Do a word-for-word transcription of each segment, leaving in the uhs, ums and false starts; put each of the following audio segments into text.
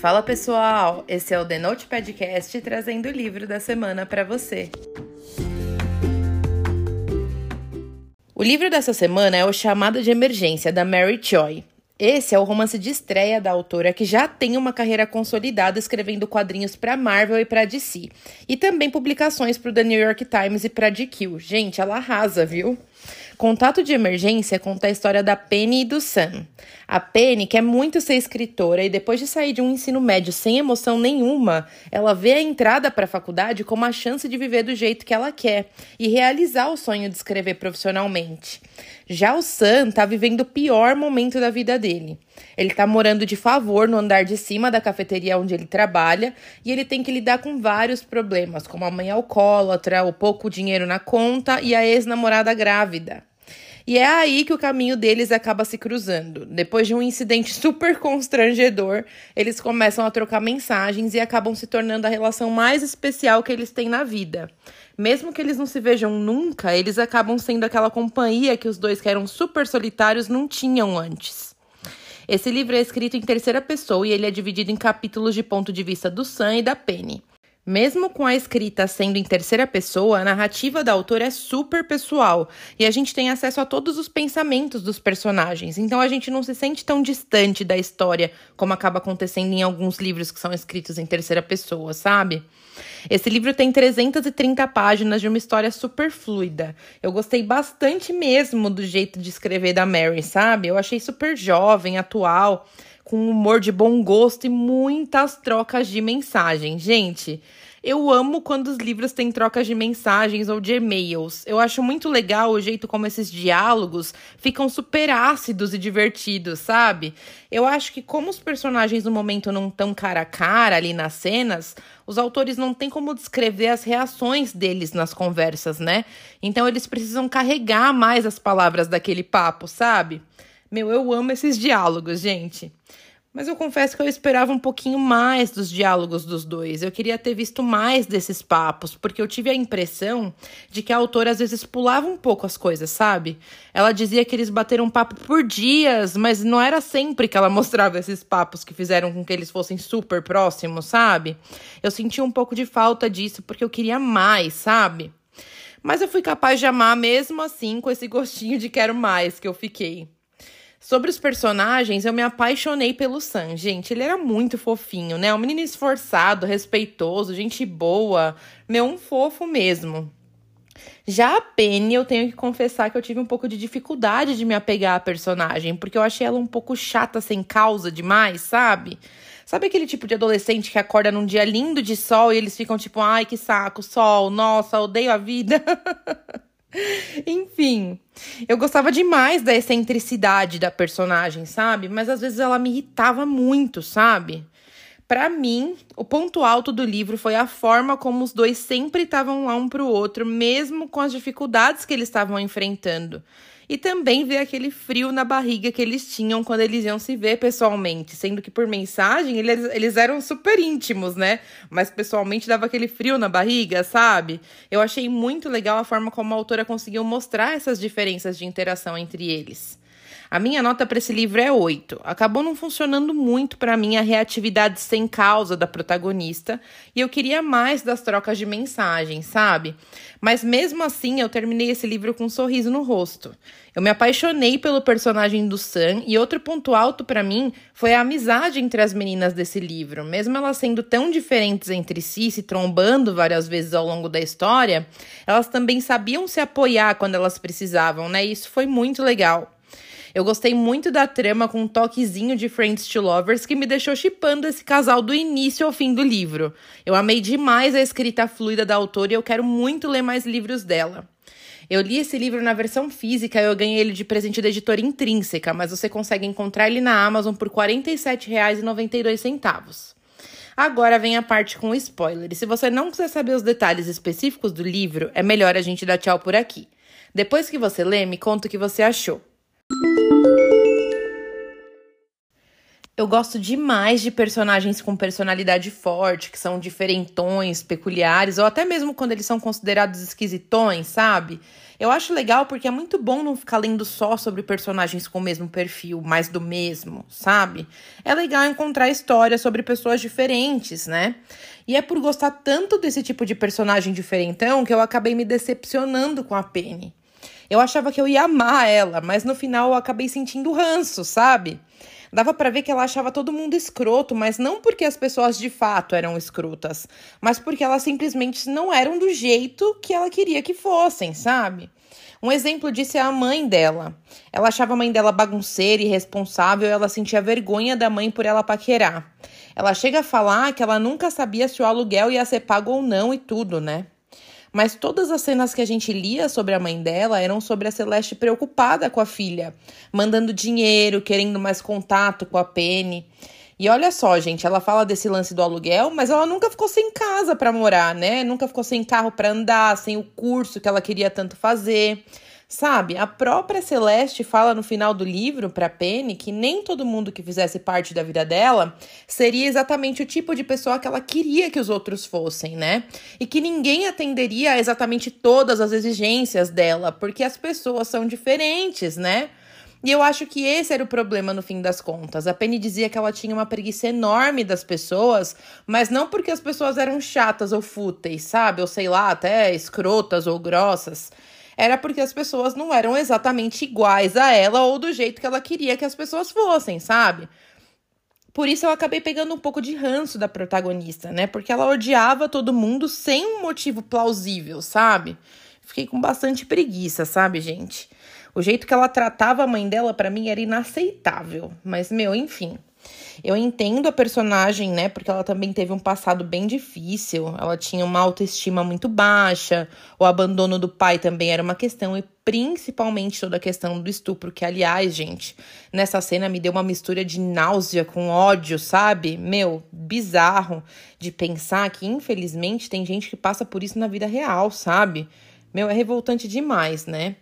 Fala pessoal, esse é o The Note Podcast trazendo o livro da semana para você. O livro dessa semana é O Chamado de Emergência, da Mary Choi. Esse é o romance de estreia da autora, que já tem uma carreira consolidada escrevendo quadrinhos para Marvel e para D C. E também publicações para o The New York Times e para G Q. Gente, ela arrasa, viu? Contato de Emergência conta a história da Penny e do Sam. A Penny quer muito ser escritora e depois de sair de um ensino médio sem emoção nenhuma, ela vê a entrada para a faculdade como a chance de viver do jeito que ela quer e realizar o sonho de escrever profissionalmente. Já o Sam tá vivendo o pior momento da vida dele. Ele tá morando de favor no andar de cima da cafeteria onde ele trabalha e ele tem que lidar com vários problemas, como a mãe alcoólatra, o pouco dinheiro na conta e a ex-namorada grávida. E é aí que o caminho deles acaba se cruzando. Depois de um incidente super constrangedor, eles começam a trocar mensagens e acabam se tornando a relação mais especial que eles têm na vida. Mesmo que eles não se vejam nunca, eles acabam sendo aquela companhia que os dois que eram super solitários não tinham antes. Esse livro é escrito em terceira pessoa e ele é dividido em capítulos de ponto de vista do Sam e da Penny. Mesmo com a escrita sendo em terceira pessoa, a narrativa da autora é super pessoal e a gente tem acesso a todos os pensamentos dos personagens, então a gente não se sente tão distante da história como acaba acontecendo em alguns livros que são escritos em terceira pessoa, sabe? Esse livro tem trezentas e trinta páginas de uma história super fluida. Eu gostei bastante mesmo do jeito de escrever da Mary, sabe? Eu achei super jovem, atual, com humor de bom gosto e muitas trocas de mensagem. Gente, eu amo quando os livros têm trocas de mensagens ou de e-mails. Eu acho muito legal o jeito como esses diálogos ficam super ácidos e divertidos, sabe? Eu acho que como os personagens no momento não estão cara a cara ali nas cenas, os autores não têm como descrever as reações deles nas conversas, né? Então eles precisam carregar mais as palavras daquele papo, sabe? Meu, eu amo esses diálogos, gente. Mas eu confesso que eu esperava um pouquinho mais dos diálogos dos dois. Eu queria ter visto mais desses papos, porque eu tive a impressão de que a autora às vezes pulava um pouco as coisas, sabe? Ela dizia que eles bateram papo por dias, mas não era sempre que ela mostrava esses papos que fizeram com que eles fossem super próximos, sabe? Eu senti um pouco de falta disso, porque eu queria mais, sabe? Mas eu fui capaz de amar mesmo assim, com esse gostinho de quero mais que eu fiquei. Sobre os personagens, eu me apaixonei pelo Sam, gente. Ele era muito fofinho, né? Um menino esforçado, respeitoso, gente boa. Meu, um fofo mesmo. Já a Penny, eu tenho que confessar que eu tive um pouco de dificuldade de me apegar à personagem, porque eu achei ela um pouco chata, sem causa demais, sabe? Sabe aquele tipo de adolescente que acorda num dia lindo de sol e eles ficam tipo, ai, que saco, sol, nossa, odeio a vida. Enfim, eu gostava demais da excentricidade da personagem, sabe? Mas às vezes ela me irritava muito, sabe? Pra mim, o ponto alto do livro foi a forma como os dois sempre estavam lá um pro outro, mesmo com as dificuldades que eles estavam enfrentando. E também ver aquele frio na barriga que eles tinham quando eles iam se ver pessoalmente. Sendo que por mensagem eles, eles eram super íntimos, né? Mas pessoalmente dava aquele frio na barriga, sabe? Eu achei muito legal a forma como a autora conseguiu mostrar essas diferenças de interação entre eles. A minha nota para esse livro é oito. Acabou não funcionando muito para mim a reatividade sem causa da protagonista e eu queria mais das trocas de mensagens, sabe? Mas mesmo assim eu terminei esse livro com um sorriso no rosto. Eu me apaixonei pelo personagem do Sam e outro ponto alto para mim foi a amizade entre as meninas desse livro. Mesmo elas sendo tão diferentes entre si, se trombando várias vezes ao longo da história, elas também sabiam se apoiar quando elas precisavam, né? E isso foi muito legal. Eu gostei muito da trama com um toquezinho de Friends to Lovers que me deixou shippando esse casal do início ao fim do livro. Eu amei demais a escrita fluida da autora e eu quero muito ler mais livros dela. Eu li esse livro na versão física e eu ganhei ele de presente da editora Intrínseca, mas você consegue encontrar ele na Amazon por quarenta e sete reais e noventa e dois centavos. Agora vem a parte com spoiler. E se você não quiser saber os detalhes específicos do livro, é melhor a gente dar tchau por aqui. Depois que você lê, me conta o que você achou. Eu gosto demais de personagens com personalidade forte, que são diferentões, peculiares, ou até mesmo quando eles são considerados esquisitões, sabe? Eu acho legal porque é muito bom não ficar lendo só sobre personagens com o mesmo perfil, mais do mesmo, sabe? É legal encontrar histórias sobre pessoas diferentes, né? E é por gostar tanto desse tipo de personagem diferentão que eu acabei me decepcionando com a Penny. Eu achava que eu ia amar ela, mas no final eu acabei sentindo ranço, sabe? Dava pra ver que ela achava todo mundo escroto, mas não porque as pessoas de fato eram escrotas, mas porque elas simplesmente não eram do jeito que ela queria que fossem, sabe? Um exemplo disso é a mãe dela. Ela achava a mãe dela bagunceira e irresponsável e ela sentia vergonha da mãe por ela paquerar. Ela chega a falar que ela nunca sabia se o aluguel ia ser pago ou não e tudo, né? Mas todas as cenas que a gente lia sobre a mãe dela eram sobre a Celeste preocupada com a filha, mandando dinheiro, querendo mais contato com a Penny. E olha só, gente, ela fala desse lance do aluguel, mas ela nunca ficou sem casa para morar, né? Nunca ficou sem carro para andar, sem o curso que ela queria tanto fazer. Sabe, a própria Celeste fala no final do livro pra Penny que nem todo mundo que fizesse parte da vida dela seria exatamente o tipo de pessoa que ela queria que os outros fossem, né? E que ninguém atenderia a exatamente todas as exigências dela, porque as pessoas são diferentes, né? E eu acho que esse era o problema no fim das contas. A Penny dizia que ela tinha uma preguiça enorme das pessoas, mas não porque as pessoas eram chatas ou fúteis, sabe? Ou sei lá, até escrotas ou grossas. Era porque as pessoas não eram exatamente iguais a ela ou do jeito que ela queria que as pessoas fossem, sabe? Por isso eu acabei pegando um pouco de ranço da protagonista, né? Porque ela odiava todo mundo sem um motivo plausível, sabe? Fiquei com bastante preguiça, sabe, gente? O jeito que ela tratava a mãe dela, pra mim, era inaceitável. Mas, meu, enfim. Eu entendo a personagem, né, porque ela também teve um passado bem difícil, ela tinha uma autoestima muito baixa, o abandono do pai também era uma questão, e principalmente toda a questão do estupro, que, aliás, gente, nessa cena me deu uma mistura de náusea com ódio, sabe? Meu, bizarro de pensar que, infelizmente, tem gente que passa por isso na vida real, sabe? Meu, é revoltante demais, né?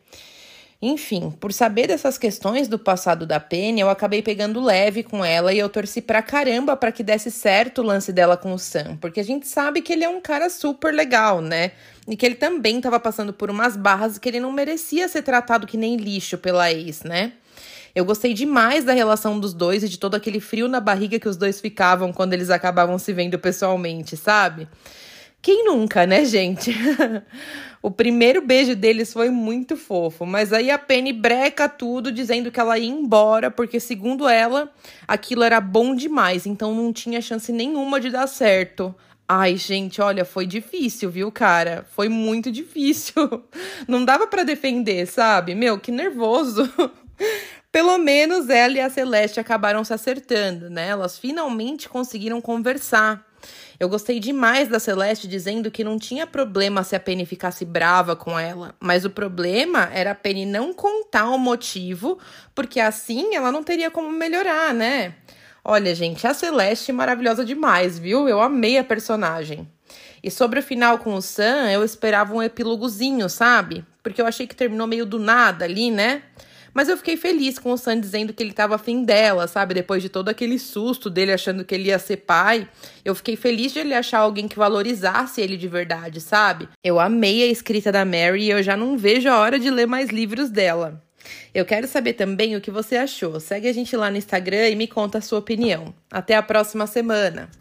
Enfim, por saber dessas questões do passado da Penny, eu acabei pegando leve com ela e eu torci pra caramba pra que desse certo o lance dela com o Sam, porque a gente sabe que ele é um cara super legal, né? E que ele também tava passando por umas barras e que ele não merecia ser tratado que nem lixo pela ex, né? Eu gostei demais da relação dos dois e de todo aquele frio na barriga que os dois ficavam quando eles acabavam se vendo pessoalmente, sabe? Quem nunca, né, gente? O primeiro beijo deles foi muito fofo, mas aí a Penny breca tudo dizendo que ela ia embora, porque segundo ela, aquilo era bom demais, então não tinha chance nenhuma de dar certo. Ai, gente, olha, foi difícil, viu, cara? Foi muito difícil. Não dava pra defender, sabe? Meu, que nervoso. Pelo menos ela e a Celeste acabaram se acertando, né? Elas finalmente conseguiram conversar. Eu gostei demais da Celeste dizendo que não tinha problema se a Penny ficasse brava com ela, mas o problema era a Penny não contar o motivo, porque assim ela não teria como melhorar, né? Olha, gente, a Celeste é maravilhosa demais, viu? Eu amei a personagem. E sobre o final com o Sam, eu esperava um epílogozinho, sabe? Porque eu achei que terminou meio do nada ali, né? Mas eu fiquei feliz com o Sam dizendo que ele tava afim dela, sabe? Depois de todo aquele susto dele achando que ele ia ser pai. Eu fiquei feliz de ele achar alguém que valorizasse ele de verdade, sabe? Eu amei a escrita da Mary e eu já não vejo a hora de ler mais livros dela. Eu quero saber também o que você achou. Segue a gente lá no Instagram e me conta a sua opinião. Até a próxima semana!